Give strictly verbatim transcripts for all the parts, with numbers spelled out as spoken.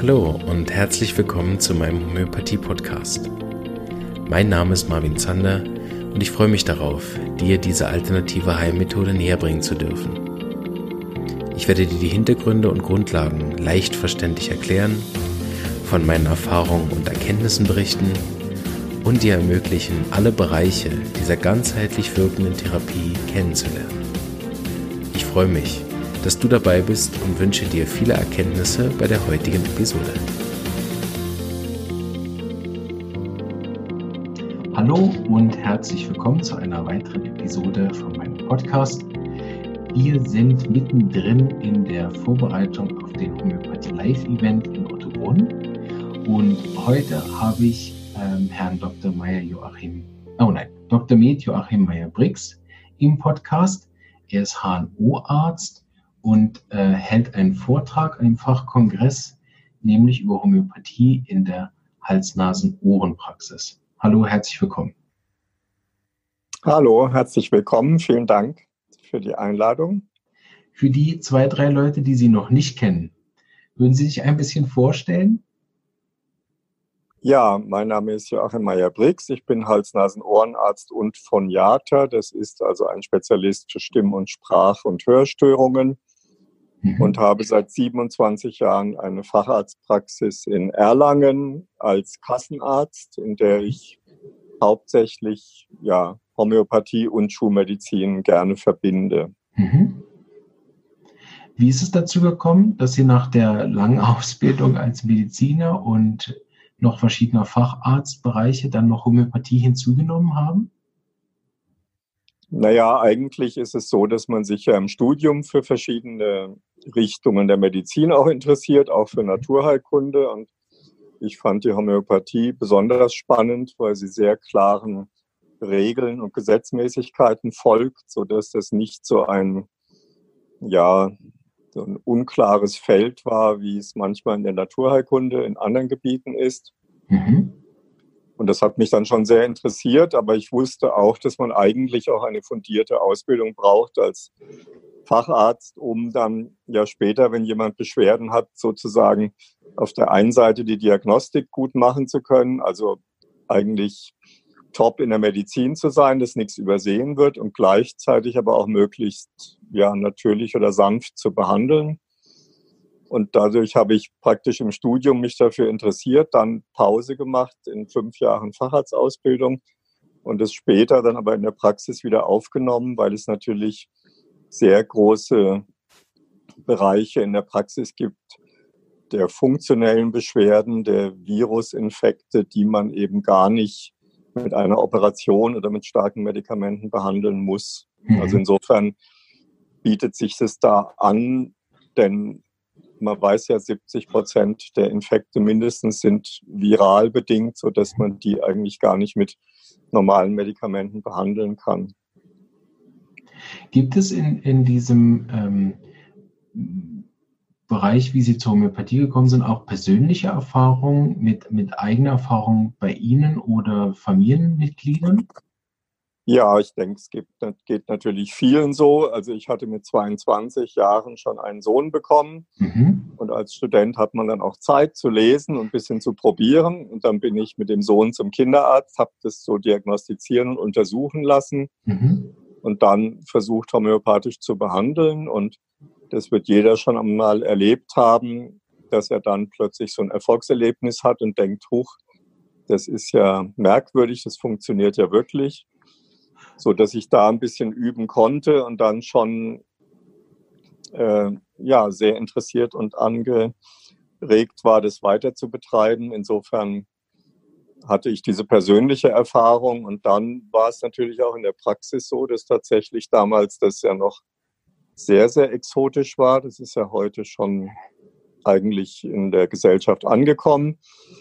Hallo und herzlich willkommen zu meinem Homöopathie-Podcast. Mein Name ist Marvin Zander und ich freue mich darauf, dir diese alternative Heilmethode näher bringen zu dürfen. Ich werde dir die Hintergründe und Grundlagen leicht verständlich erklären, von meinen Erfahrungen und Erkenntnissen berichten und dir ermöglichen, alle Bereiche dieser ganzheitlich wirkenden Therapie kennenzulernen. Ich freue mich, dass du dabei bist und wünsche dir viele Erkenntnisse bei der heutigen Episode. Hallo und herzlich willkommen zu einer weiteren Episode von meinem Podcast. Wir sind mittendrin in der Vorbereitung auf den Homöopathie Live-Event in Ottobrunn und heute habe ich ähm, Herrn Doktor Meyer-Joachim, oh nein, Doktor Med Joachim Meyer-Brix im Podcast. Er ist H N O-Arzt und äh, hält einen Vortrag an dem Fachkongress, nämlich über Homöopathie in der Hals-Nasen-Ohren-Praxis. Hallo, herzlich willkommen. Hallo, herzlich willkommen. Vielen Dank für die Einladung. Für die zwei, drei Leute, die Sie noch nicht kennen, würden Sie sich ein bisschen vorstellen? Ja, mein Name ist Joachim Meyer-Brix. Ich bin Hals-Nasen-Ohrenarzt und Phoniater. Das ist also ein Spezialist für Stimm- und Sprach- und Hörstörungen. Mhm. Und habe seit siebenundzwanzig Jahren eine Facharztpraxis in Erlangen als Kassenarzt, in der ich hauptsächlich ja, Homöopathie und Schulmedizin gerne verbinde. Mhm. Wie ist es dazu gekommen, dass Sie nach der langen Ausbildung als Mediziner und noch verschiedener Facharztbereiche dann noch Homöopathie hinzugenommen haben? Naja, eigentlich ist es so, dass man sich ja im Studium für verschiedene Richtungen der Medizin auch interessiert, auch für Naturheilkunde. Und ich fand die Homöopathie besonders spannend, weil sie sehr klaren Regeln und Gesetzmäßigkeiten folgt, sodass das nicht so ein, ja, so ein unklares Feld war, wie es manchmal in der Naturheilkunde in anderen Gebieten ist. Mhm. Und das hat mich dann schon sehr interessiert, aber ich wusste auch, dass man eigentlich auch eine fundierte Ausbildung braucht als Facharzt, um dann ja später, wenn jemand Beschwerden hat, sozusagen auf der einen Seite die Diagnostik gut machen zu können, also eigentlich top in der Medizin zu sein, dass nichts übersehen wird und gleichzeitig aber auch möglichst ja, natürlich oder sanft zu behandeln. Und dadurch habe ich praktisch im Studium mich dafür interessiert, dann Pause gemacht in fünf Jahren Facharztausbildung und es später dann aber in der Praxis wieder aufgenommen, weil es natürlich sehr große Bereiche in der Praxis gibt, der funktionellen Beschwerden, der Virusinfekte, die man eben gar nicht mit einer Operation oder mit starken Medikamenten behandeln muss. Mhm. Also insofern bietet sich das da an, denn man weiß ja, siebzig Prozent der Infekte mindestens sind viral bedingt, sodass man die eigentlich gar nicht mit normalen Medikamenten behandeln kann. Gibt es in, in diesem ähm, Bereich, wie Sie zur Homöopathie gekommen sind, auch persönliche Erfahrungen mit, mit eigener Erfahrung bei Ihnen oder Familienmitgliedern? Ja, ich denke, es gibt, das geht natürlich vielen so. Also ich hatte mit zweiundzwanzig Jahren schon einen Sohn bekommen. Mhm. Und als Student hat man dann auch Zeit zu lesen und ein bisschen zu probieren. Und dann bin ich mit dem Sohn zum Kinderarzt, habe das so diagnostizieren und untersuchen lassen. Mhm. Und dann versucht, homöopathisch zu behandeln. Und das wird jeder schon einmal erlebt haben, dass er dann plötzlich so ein Erfolgserlebnis hat und denkt, huch, das ist ja merkwürdig, das funktioniert ja wirklich. So dass ich da ein bisschen üben konnte und dann schon äh, ja, sehr interessiert und angeregt war, das weiter zu betreiben. Insofern hatte ich diese persönliche Erfahrung und dann war es natürlich auch in der Praxis so, dass tatsächlich damals das ja noch sehr, sehr exotisch war. Das ist ja heute schon eigentlich in der Gesellschaft angekommen.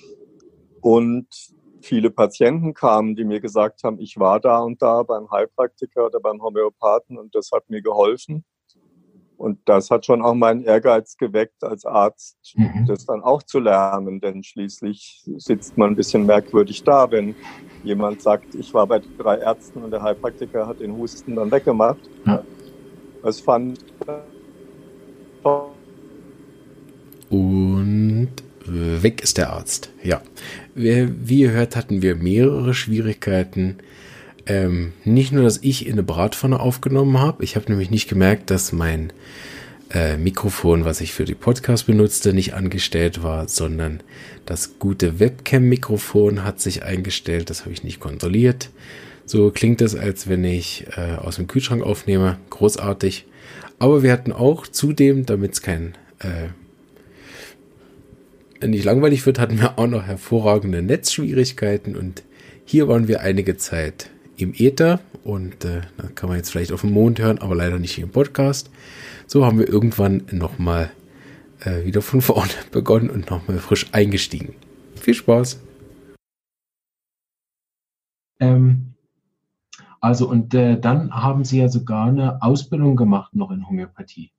Und viele Patienten kamen, die mir gesagt haben, ich war da und da beim Heilpraktiker oder beim Homöopathen und das hat mir geholfen. Und das hat schon auch meinen Ehrgeiz geweckt, als Arzt mhm. das dann auch zu lernen. Denn schließlich sitzt man ein bisschen merkwürdig da, wenn jemand sagt, ich war bei drei Ärzten und der Heilpraktiker hat den Husten dann weggemacht. Ja. Das fand ich toll. Und Also weg ist der Arzt, ja. Wie, wie ihr hört, hatten wir mehrere Schwierigkeiten. Ähm, nicht nur, dass ich in eine Bratpfanne aufgenommen habe. Ich habe nämlich nicht gemerkt, dass mein äh, Mikrofon, was ich für die Podcast benutzte, nicht angestellt war, sondern das gute Webcam-Mikrofon hat sich eingestellt. Das habe ich nicht kontrolliert. So klingt es, als wenn ich äh, aus dem Kühlschrank aufnehme. Großartig. Aber wir hatten auch zudem, damit es kein äh, nicht langweilig wird, hatten wir auch noch hervorragende Netzschwierigkeiten und hier waren wir einige Zeit im Äther und äh, da kann man jetzt vielleicht auf dem Mond hören, aber leider nicht hier im Podcast. So haben wir irgendwann nochmal äh, wieder von vorne begonnen und nochmal frisch eingestiegen. Viel Spaß! Ähm, also und äh, dann haben Sie ja sogar eine Ausbildung gemacht noch in Homöopathie.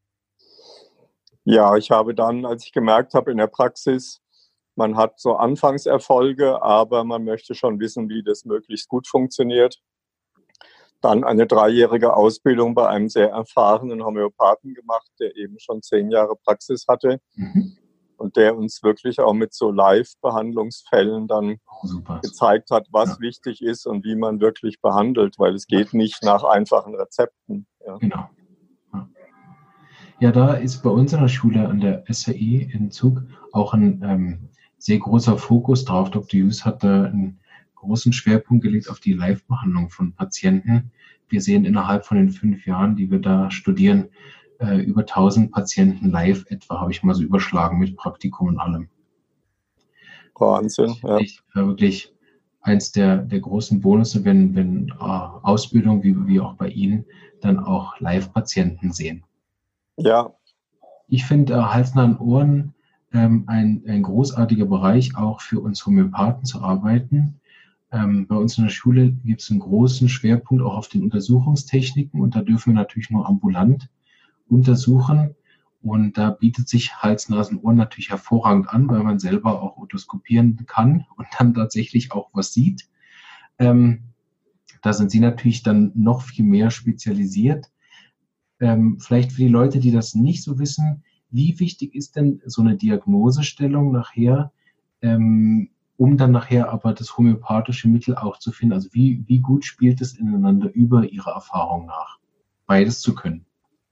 Ja, ich habe dann, als ich gemerkt habe in der Praxis, man hat so Anfangserfolge, aber man möchte schon wissen, wie das möglichst gut funktioniert. Dann eine dreijährige Ausbildung bei einem sehr erfahrenen Homöopathen gemacht, der eben schon zehn Jahre Praxis hatte mhm. und der uns wirklich auch mit so Live-Behandlungsfällen dann Super. gezeigt hat, was ja. wichtig ist und wie man wirklich behandelt, weil es geht nicht nach einfachen Rezepten. Ja. Genau. Ja, da ist bei uns an der Schule, an der S H I in Zug, auch ein ähm, sehr großer Fokus drauf. Doktor Jus hat da einen großen Schwerpunkt gelegt auf die Live-Behandlung von Patienten. Wir sehen innerhalb von den fünf Jahren, die wir da studieren, äh, über tausend Patienten live etwa, habe ich mal so überschlagen mit Praktikum und allem. Wahnsinn, ja. Ich, äh, wirklich eins der, der großen Bonusse, wenn, wenn äh, Ausbildung, wie, wie auch bei Ihnen, dann auch Live-Patienten sehen. Ja. Ich finde äh, Hals, Nasen, Ohren ähm, ein, ein großartiger Bereich, auch für uns Homöopathen zu arbeiten. Ähm, bei uns in der Schule gibt es einen großen Schwerpunkt auch auf den Untersuchungstechniken und da dürfen wir natürlich nur ambulant untersuchen. Und da bietet sich Hals, Nasen, Ohren natürlich hervorragend an, weil man selber auch otoskopieren kann und dann tatsächlich auch was sieht. Ähm, da sind Sie natürlich dann noch viel mehr spezialisiert. Ähm, vielleicht für die Leute, die das nicht so wissen, wie wichtig ist denn so eine Diagnosestellung nachher, ähm, um dann nachher aber das homöopathische Mittel auch zu finden? Also wie, wie gut spielt es ineinander über Ihre Erfahrung nach, beides zu können?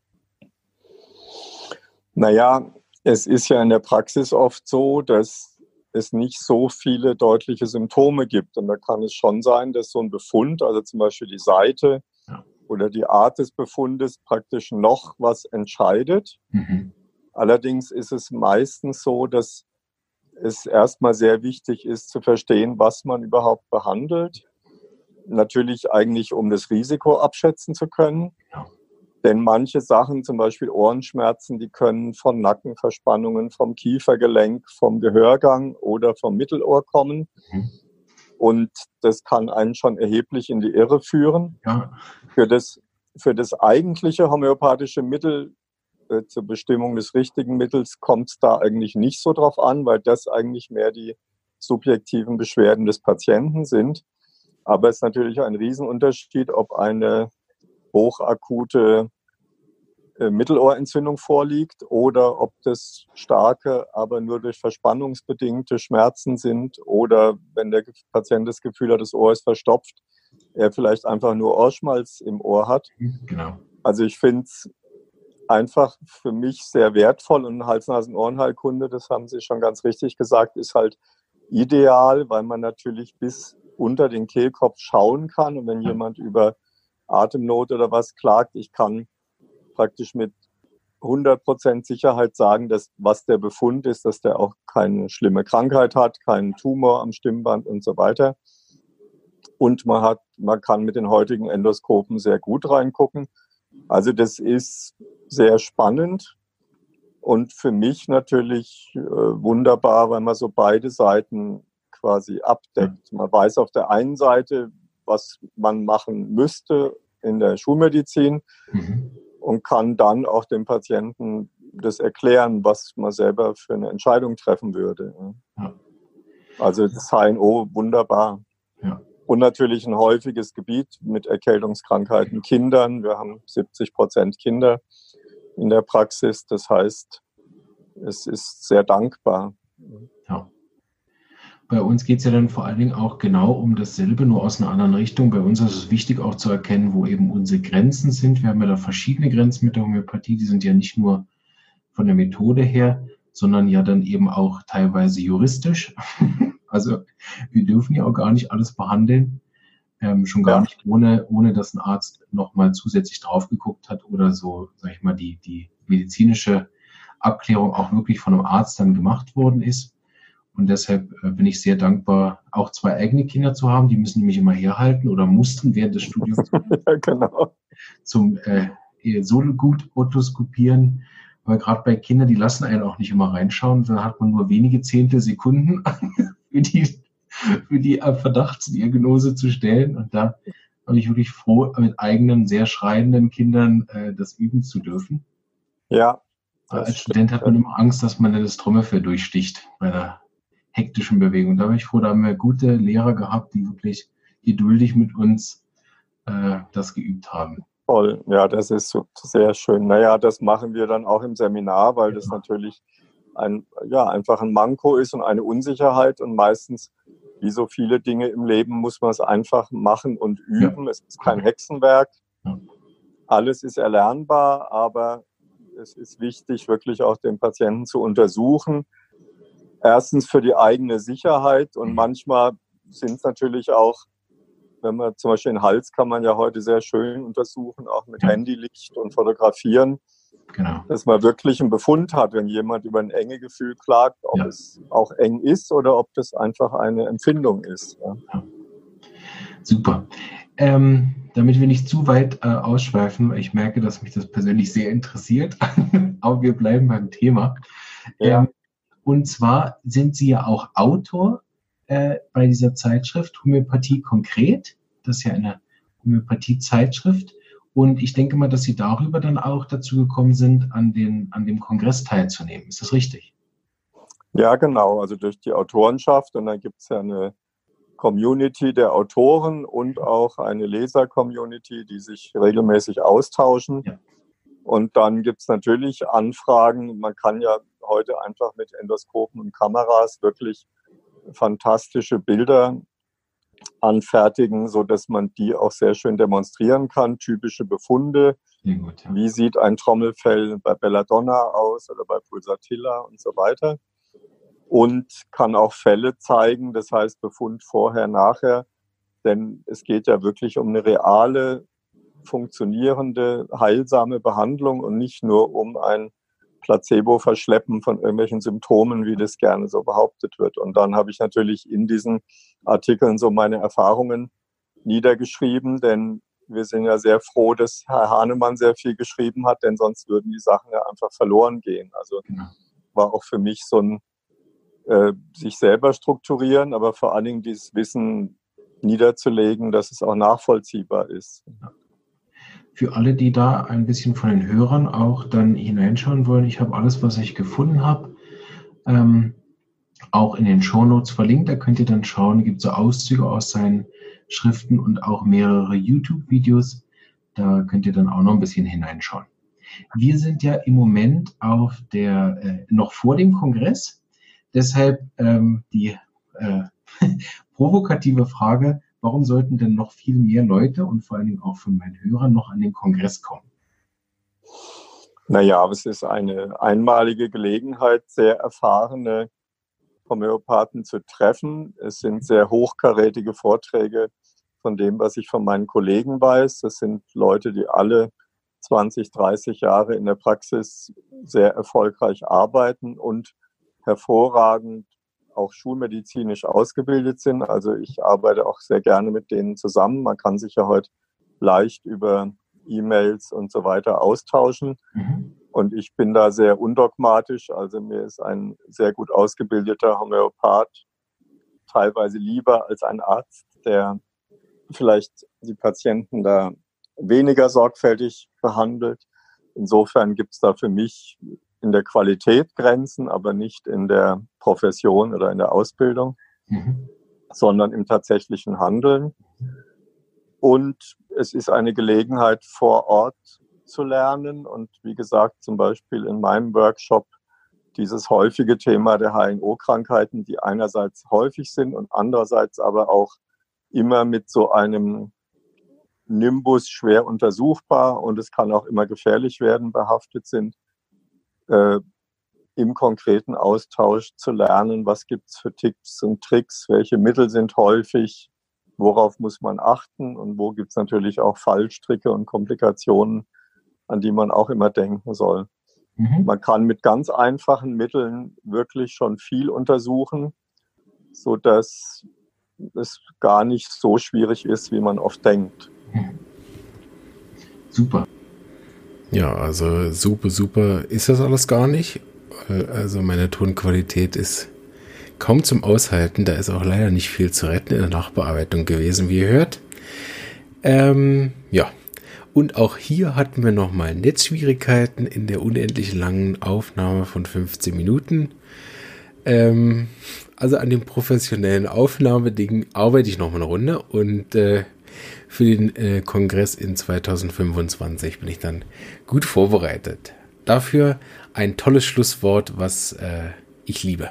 Naja, es ist ja in der Praxis oft so, dass es nicht so viele deutliche Symptome gibt. Und da kann es schon sein, dass so ein Befund, also zum Beispiel die Seite, ja. oder die Art des Befundes praktisch noch was entscheidet. Mhm. Allerdings ist es meistens so, dass es erstmal sehr wichtig ist zu verstehen, was man überhaupt behandelt. Natürlich eigentlich, um das Risiko abschätzen zu können. Ja. Denn manche Sachen, zum Beispiel Ohrenschmerzen, die können von Nackenverspannungen, vom Kiefergelenk, vom Gehörgang oder vom Mittelohr kommen. Mhm. Und das kann einen schon erheblich in die Irre führen. Ja. Für das, für das eigentliche homöopathische Mittel, äh, zur Bestimmung des richtigen Mittels, kommt es da eigentlich nicht so drauf an, weil das eigentlich mehr die subjektiven Beschwerden des Patienten sind. Aber es ist natürlich ein Riesenunterschied, ob eine hochakute äh, Mittelohrentzündung vorliegt oder ob das starke, aber nur durch verspannungsbedingte Schmerzen sind oder wenn der Patient das Gefühl hat, das Ohr ist verstopft, er vielleicht einfach nur Ohrschmalz im Ohr hat. Genau. Also ich finde es einfach für mich sehr wertvoll und Hals-Nasen-Ohrenheilkunde, das haben Sie schon ganz richtig gesagt, ist halt ideal, weil man natürlich bis unter den Kehlkopf schauen kann und wenn jemand über Atemnot oder was klagt, ich kann praktisch mit hundert Prozent Sicherheit sagen, dass was der Befund ist, dass der auch keine schlimme Krankheit hat, keinen Tumor am Stimmband und so weiter. Und man hat, man kann mit den heutigen Endoskopen sehr gut reingucken. Also das ist sehr spannend und für mich natürlich äh, wunderbar, weil man so beide Seiten quasi abdeckt. Man weiß auf der einen Seite, was man machen müsste in der Schulmedizin mhm. und kann dann auch dem Patienten das erklären, was man selber für eine Entscheidung treffen würde. Ja. Also das H N O, wunderbar. Ja. Und natürlich ein häufiges Gebiet mit Erkältungskrankheiten Kindern. Wir haben siebzig Prozent Kinder in der Praxis. Das heißt, es ist sehr dankbar. Ja. Bei uns geht es ja dann vor allen Dingen auch genau um dasselbe, nur aus einer anderen Richtung. Bei uns ist es wichtig auch zu erkennen, wo eben unsere Grenzen sind. Wir haben ja da verschiedene Grenzen mit der Homöopathie. Die sind ja nicht nur von der Methode her, sondern ja dann eben auch teilweise juristisch. Also wir dürfen ja auch gar nicht alles behandeln, ähm, schon gar Ja. nicht ohne, ohne dass ein Arzt nochmal zusätzlich drauf geguckt hat oder so, sag ich mal, die, die medizinische Abklärung auch wirklich von einem Arzt dann gemacht worden ist. Und deshalb äh, bin ich sehr dankbar, auch zwei eigene Kinder zu haben. Die müssen nämlich immer herhalten oder mussten während des Studiums Ja, genau. zum äh, Sologut otoskopieren. Weil gerade bei Kindern, die lassen einen auch nicht immer reinschauen. Dann hat man nur wenige Zehntel Sekunden für die, für die Verdachtsdiagnose zu stellen. Und da bin ich wirklich froh, mit eigenen, sehr schreienden Kindern äh, das üben zu dürfen. Ja. Als Student hat man immer Angst, dass man das Trommelfell durchsticht bei der hektischen Bewegung. Da bin ich froh, da haben wir gute Lehrer gehabt, die wirklich geduldig mit uns äh, das geübt haben. Toll, ja, das ist so sehr schön. Naja, das machen wir dann auch im Seminar, weil das natürlich ein, ja, einfach ein Manko ist und eine Unsicherheit. Und meistens, wie so viele Dinge im Leben, muss man es einfach machen und üben. Ja. Es ist kein Hexenwerk. Ja. Alles ist erlernbar, aber es ist wichtig, wirklich auch den Patienten zu untersuchen. Erstens für die eigene Sicherheit und manchmal sind es natürlich auch, wenn man zum Beispiel den Hals kann man ja heute sehr schön untersuchen, auch mit Handylicht und fotografieren, genau. Dass man wirklich einen Befund hat, wenn jemand über ein enge Gefühl klagt, ob ja. es auch eng ist oder ob das einfach eine Empfindung ist. Ja. Ja. Super. Ähm, damit wir nicht zu weit äh, ausschweifen, weil ich merke, dass mich das persönlich sehr interessiert, aber wir bleiben beim Thema. Ja. Ähm, und zwar sind Sie ja auch Autor äh, bei dieser Zeitschrift Homöopathie konkret. Das ist ja eine Homöopathie-Zeitschrift. Und ich denke mal, dass Sie darüber dann auch dazu gekommen sind, an, den, an dem Kongress teilzunehmen. Ist das richtig? Ja, genau. Also durch die Autorenschaft. Und dann gibt es ja eine Community der Autoren und auch eine Leser-Community, die sich regelmäßig austauschen. Ja. Und dann gibt es natürlich Anfragen. Man kann ja heute einfach mit Endoskopen und Kameras wirklich fantastische Bilder anfertigen, sodass man die auch sehr schön demonstrieren kann. Typische Befunde. Gut, ja. Wie sieht ein Trommelfell bei Belladonna aus oder bei Pulsatilla und so weiter. Und kann auch Fälle zeigen, das heißt Befund vorher, nachher. Denn es geht ja wirklich um eine reale, funktionierende, heilsame Behandlung und nicht nur um ein Placebo-Verschleppen von irgendwelchen Symptomen, wie das gerne so behauptet wird. Und dann habe ich natürlich in diesen Artikeln so meine Erfahrungen niedergeschrieben, denn wir sind ja sehr froh, dass Herr Hahnemann sehr viel geschrieben hat, denn sonst würden die Sachen ja einfach verloren gehen. Also war auch für mich so ein äh, sich selber strukturieren, aber vor allen Dingen dieses Wissen niederzulegen, dass es auch nachvollziehbar ist. Für alle, die da ein bisschen von den Hörern auch dann hineinschauen wollen, ich habe alles, was ich gefunden habe, ähm, auch in den Shownotes verlinkt. Da könnt ihr dann schauen, es gibt so Auszüge aus seinen Schriften und auch mehrere YouTube-Videos. Da könnt ihr dann auch noch ein bisschen hineinschauen. Wir sind ja im Moment auf der, äh, noch vor dem Kongress. Deshalb ähm, die äh, provokative Frage, warum sollten denn noch viel mehr Leute und vor allen Dingen auch von meinen Hörern noch an den Kongress kommen? Naja, es ist eine einmalige Gelegenheit, sehr erfahrene Homöopathen zu treffen. Es sind sehr hochkarätige Vorträge von dem, was ich von meinen Kollegen weiß. Das sind Leute, die alle zwanzig, dreißig Jahre in der Praxis sehr erfolgreich arbeiten und hervorragend auch schulmedizinisch ausgebildet sind. Also ich arbeite auch sehr gerne mit denen zusammen. Man kann sich ja heute leicht über E-Mails und so weiter austauschen. Mhm. Und ich bin da sehr undogmatisch. Also mir ist ein sehr gut ausgebildeter Homöopath teilweise lieber als ein Arzt, der vielleicht die Patienten da weniger sorgfältig behandelt. Insofern gibt es da für mich in der Qualität Grenzen, aber nicht in der Profession oder in der Ausbildung, mhm. sondern im tatsächlichen Handeln. Und es ist eine Gelegenheit, vor Ort zu lernen. Und wie gesagt, zum Beispiel in meinem Workshop dieses häufige Thema der H N O-Krankheiten, die einerseits häufig sind und andererseits aber auch immer mit so einem Nimbus schwer untersuchbar und es kann auch immer gefährlich werden, behaftet sind, äh, im konkreten Austausch zu lernen, was gibt es für Tipps und Tricks, welche Mittel sind häufig, worauf muss man achten und wo gibt es natürlich auch Fallstricke und Komplikationen, an die man auch immer denken soll. Mhm. Man kann mit ganz einfachen Mitteln wirklich schon viel untersuchen, sodass es gar nicht so schwierig ist, wie man oft denkt. Super. Ja, also super, super ist das alles gar nicht. Also meine Tonqualität ist kaum zum Aushalten. Da ist auch leider nicht viel zu retten in der Nachbearbeitung gewesen, wie ihr hört. Ähm, ja. Und auch hier hatten wir nochmal Netzschwierigkeiten in der unendlich langen Aufnahme von fünfzehn Minuten. Ähm, also an dem professionellen Aufnahmeding arbeite ich noch eine Runde und äh, für den äh, Kongress in zwanzig fünfundzwanzig bin ich dann gut vorbereitet. Dafür ein tolles Schlusswort, was äh, ich liebe.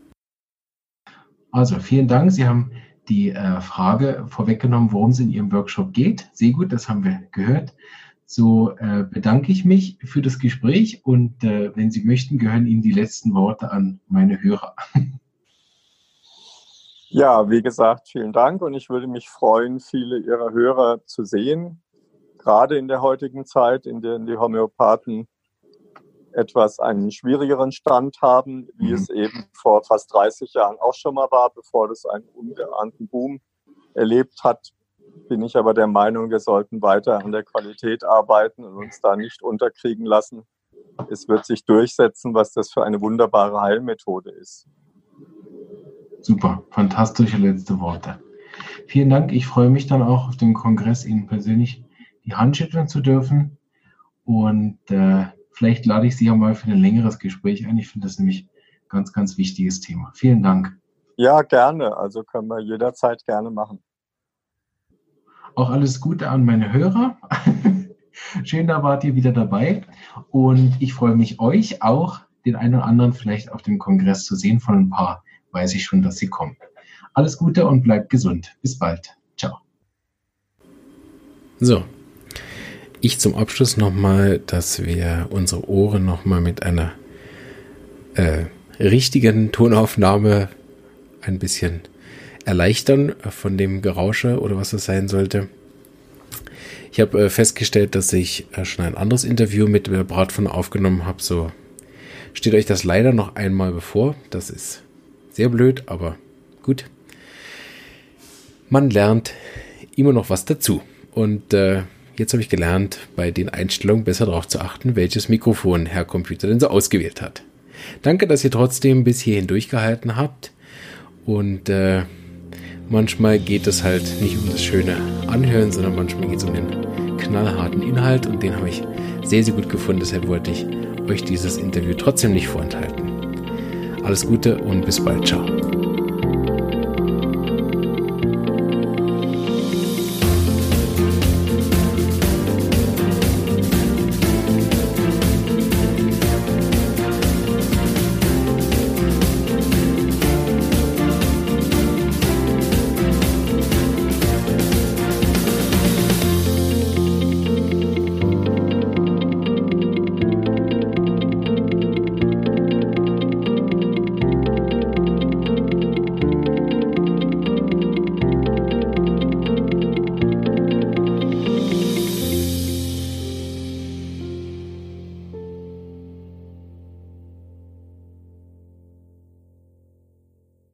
Also vielen Dank. Sie haben die äh, Frage vorweggenommen, worum es in Ihrem Workshop geht. Sehr gut, das haben wir gehört. So äh, bedanke ich mich für das Gespräch und äh, wenn Sie möchten, gehören Ihnen die letzten Worte an meine Hörer. Ja, wie gesagt, vielen Dank und ich würde mich freuen, viele Ihrer Hörer zu sehen, gerade in der heutigen Zeit, in der die Homöopathen etwas einen schwierigeren Stand haben, wie mhm. es eben vor fast dreißig Jahren auch schon mal war, bevor das einen ungeahnten Boom erlebt hat, bin ich aber der Meinung, wir sollten weiter an der Qualität arbeiten und uns da nicht unterkriegen lassen. Es wird sich durchsetzen, was das für eine wunderbare Heilmethode ist. Super, fantastische letzte Worte. Vielen Dank. Ich freue mich dann auch auf dem Kongress, Ihnen persönlich die Hand schütteln zu dürfen. Und äh, vielleicht lade ich Sie ja mal für ein längeres Gespräch ein. Ich finde das nämlich ein ganz, ganz wichtiges Thema. Vielen Dank. Ja, gerne. Also können wir jederzeit gerne machen. Auch alles Gute an meine Hörer. Schön, da wart ihr wieder dabei. Und ich freue mich, euch auch, den einen oder anderen vielleicht auf dem Kongress zu sehen. Von ein paar weiß ich schon, dass sie kommen. Alles Gute und bleibt gesund. Bis bald. Ciao. So. Ich zum Abschluss nochmal, dass wir unsere Ohren nochmal mit einer äh, richtigen Tonaufnahme ein bisschen erleichtern von dem Gerausche oder was das sein sollte. Ich habe äh, festgestellt, dass ich äh, schon ein anderes Interview mit der Bratpfanne aufgenommen habe. So steht euch das leider noch einmal bevor. Das ist sehr blöd, aber gut. Man lernt immer noch was dazu. Und äh, jetzt habe ich gelernt, bei den Einstellungen besser darauf zu achten, welches Mikrofon Herr Computer denn so ausgewählt hat. Danke, dass ihr trotzdem bis hierhin durchgehalten habt. Und äh, manchmal geht es halt nicht um das schöne Anhören, sondern manchmal geht es um den knallharten Inhalt. Und den habe ich sehr, sehr gut gefunden. Deshalb wollte ich euch dieses Interview trotzdem nicht vorenthalten. Alles Gute und bis bald. Ciao.